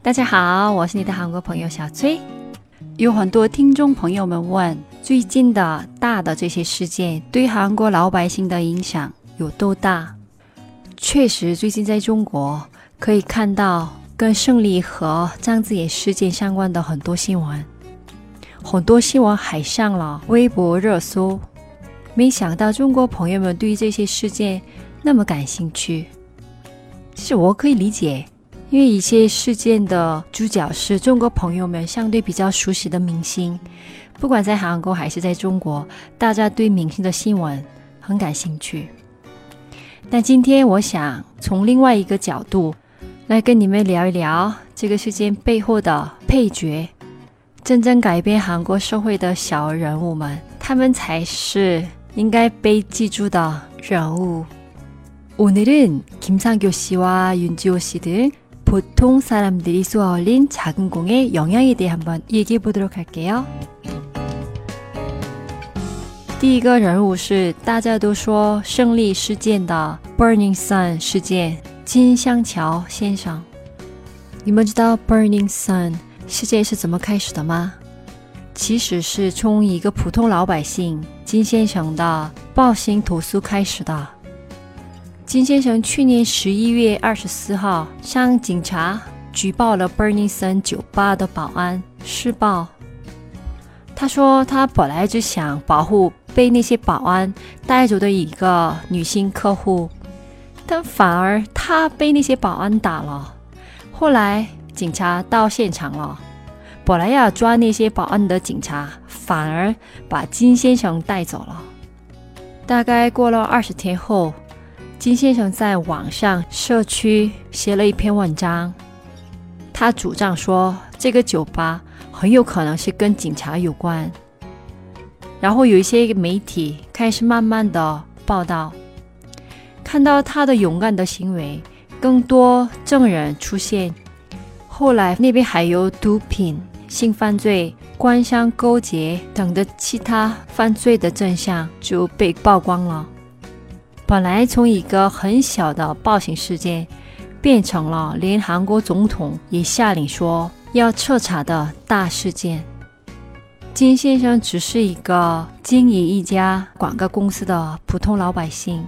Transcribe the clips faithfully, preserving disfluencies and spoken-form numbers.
大家好，我是你的韩国朋友小崔。有很多听众朋友们问，最近的大的这些事件对韩国老百姓的影响有多大？确实，最近在中国可以看到跟胜利和张子野事件相关的很多新闻，很多新闻还上了微博热搜。没想到中国朋友们对于这些事件那么感兴趣。其实我可以理解，因为一些事件的主角是中国朋友们相对比较熟悉的明星，不管在韩国还是在中国，大家对明星的新闻很感兴趣。但今天我想从另外一个角度来跟你们聊一聊这个事件背后的配角，真正改变韩国社会的小人物们，他们才是应该被记住的人物。오늘은 김상교 씨와 윤지호 씨 등 보통 사람들이 쏘아올린 작은 공의 영향에 대해 한번 얘기해 보도록 할게요. 第一个人物是大家都说胜利事件的 Burning Sun 事件，金相桥先生。你们知道 Burning Sun 事件是怎么开始的吗？其实是从一个普通老百姓金先生的报信投诉开始的。金先生去年十一月二十四号向警察举报了 Burning Sun 酒吧的保安施暴。他说他本来就想保护被那些保安带走的一个女性客户，但反而他被那些保安打了。后来警察到现场了，本来要抓那些保安的警察反而把金先生带走了。大概过了二十天后，金先生在网上社区写了一篇文章，他主张说这个酒吧很有可能是跟警察有关。然后有一些媒体开始慢慢的报道，看到他的勇敢的行为，更多证人出现。后来那边还有毒品、性犯罪、官商勾结等的其他犯罪的真相就被曝光了。本来从一个很小的暴行事件变成了连韩国总统也下令说要彻查的大事件。金先生只是一个经营一家广告公司的普通老百姓。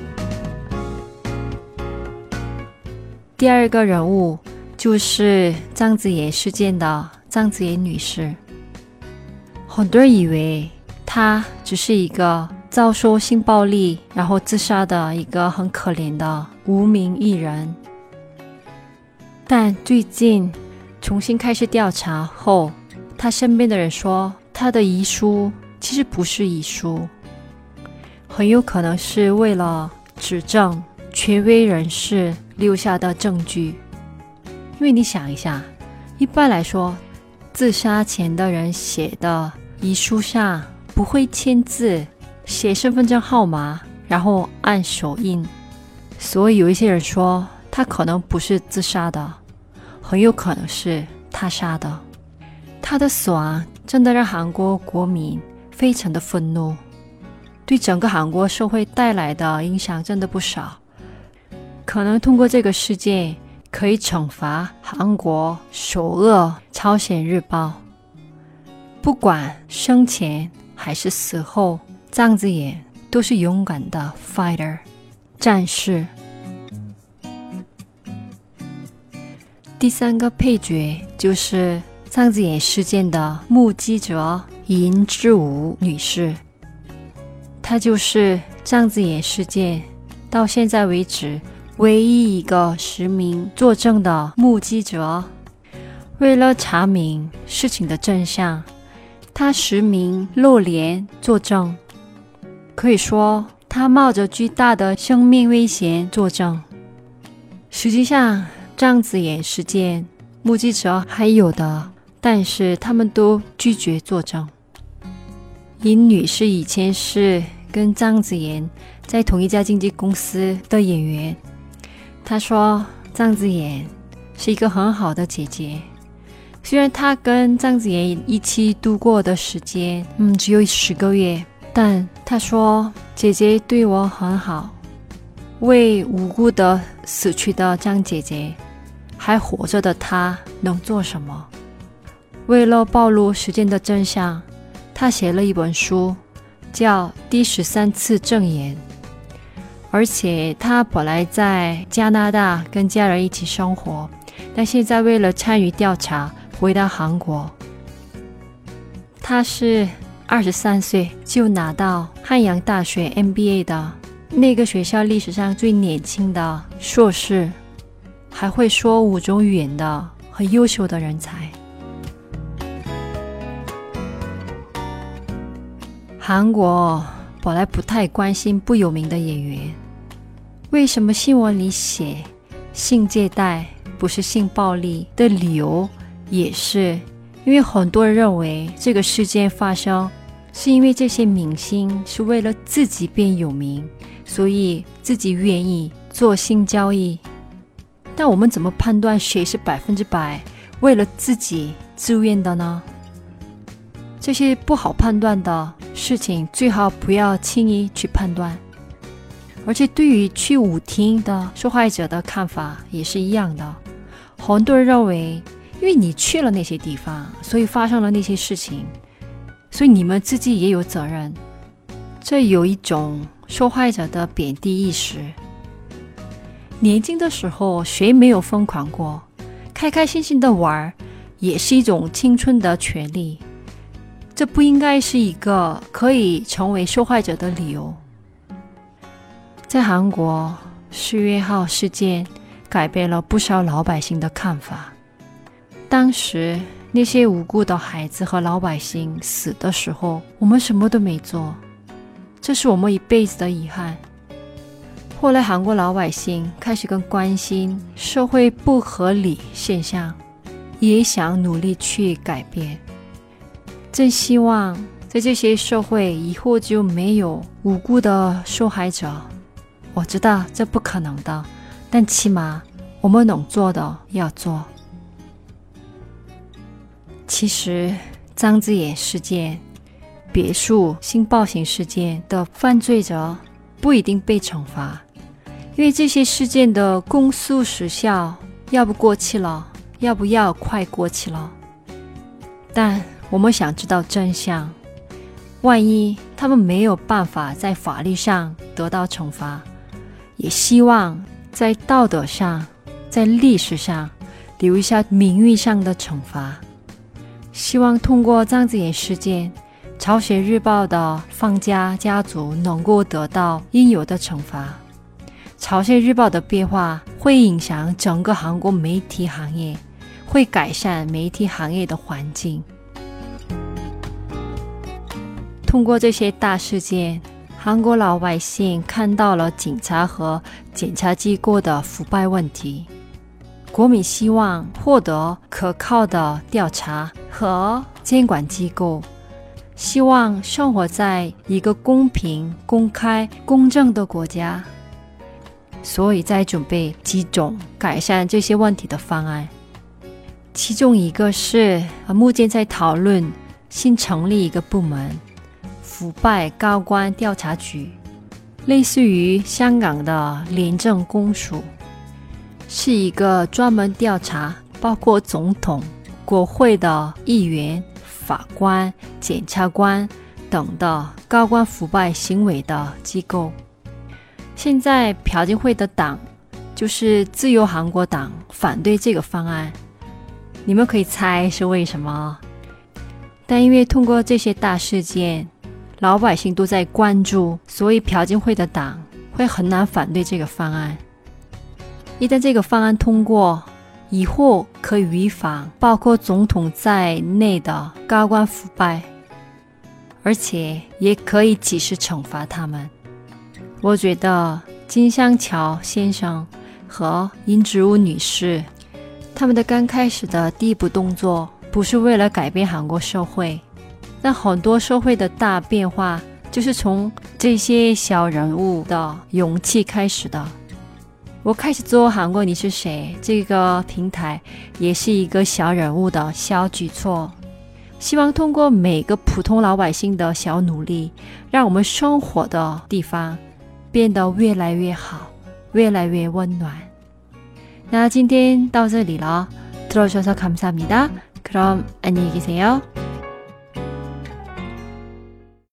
第二个人物就是张子野事件的张子野女士。很多人以为她只是一个遭受性暴力然后自杀的一个很可怜的无名艺人，但最近重新开始调查后，他身边的人说他的遗书其实不是遗书，很有可能是为了指证权威人士留下的证据。因为你想一下，一般来说自杀前的人写的遗书上不会签字，写身份证号码，然后按手印。所以有一些人说他可能不是自杀的，很有可能是他杀的。他的死亡真的让韩国国民非常的愤怒，对整个韩国社会带来的影响真的不少。可能通过这个事件可以惩罚韩国首恶朝鲜日报。不管生前还是死后，张子野都是勇敢的 fighter 战士。第三个配角就是张子野事件的目击者尹智武女士。她就是张子野事件到现在为止唯一一个实名作证的目击者。为了查明事情的真相，她实名露脸作证，可以说他冒着巨大的生命危险作证。实际上张子野事件目击者还有的，但是他们都拒绝作证。尹女士以前是跟张子野在同一家经纪公司的演员，她说张子野是一个很好的姐姐，虽然她跟张子野一起度过的时间嗯只有十个月，但她说姐姐对我很好，为无辜的死去的张姐姐还活着的他能做什么？为了暴露事件的真相，他写了一本书，叫《第十三次证言》。而且他本来在加拿大跟家人一起生活，但现在为了参与调查回到韩国。他是二十三岁就拿到汉阳大学 M B A 的，那个学校历史上最年轻的硕士，还会说五种语言的很优秀的人才。韩国本来不太关心不有名的演员，为什么新闻里写性借贷不是性暴力的理由，也是因为很多人认为这个事件发生是因为这些明星是为了自己变有名，所以自己愿意做性交易。但我们怎么判断谁是百分之百为了自己自愿的呢？这些不好判断的事情最好不要轻易去判断。而且对于去舞厅的受害者的看法也是一样的，很多人认为因为你去了那些地方，所以发生了那些事情，所以你们自己也有责任。这有一种受害者的贬低意识。年轻的时候谁没有疯狂过？开开心心的玩也是一种青春的权利，这不应该是一个可以成为受害者的理由。在韩国，十月号事件改变了不少老百姓的看法。当时那些无辜的孩子和老百姓死的时候，我们什么都没做，这是我们一辈子的遗憾。后来韩国老百姓开始更关心社会不合理现象，也想努力去改变。真希望在这些社会以后就没有无辜的受害者。我知道这不可能的，但起码我们能做的要做。其实张子妍事件、别墅性暴行事件的犯罪者不一定被惩罚，因为这些事件的公诉时效要不过期了，要不要快过期了。但我们想知道真相，万一他们没有办法在法律上得到惩罚，也希望在道德上、在历史上留下名誉上的惩罚。希望通过张子妍事件，朝鲜日报的方家家族能够得到应有的惩罚。朝鲜日报的变化会影响整个韩国媒体行业，会改善媒体行业的环境。通过这些大事件，韩国老百姓看到了警察和检察机构的腐败问题。国民希望获得可靠的调查和监管机构，希望生活在一个公平、公开、公正的国家，所以在准备几种改善这些问题的方案。其中一个是目前在讨论新成立一个部门，腐败高官调查局，类似于香港的廉政公署，是一个专门调查包括总统、国会的议员、法官、检察官等的高官腐败行为的机构。现在朴槿惠的党，就是自由韩国党，反对这个方案。你们可以猜是为什么？但因为通过这些大事件，老百姓都在关注，所以朴槿惠的党会很难反对这个方案。一旦这个方案通过，以后可以预防包括总统在内的高官腐败，而且也可以及时惩罚他们。我觉得金相桥先生和尹志武女士，他们的刚开始的第一步动作不是为了改变韩国社会，但很多社会的大变化就是从这些小人物的勇气开始的。我开始做韩国你是谁这个平台，也是一个小人物的小举措，希望通过每个普通老百姓的小努力，让我们生活的地方变得越来越好，越来越温暖。 那今天到这里了，들어주셔서 감사합니다. 그럼 안녕히 계세요.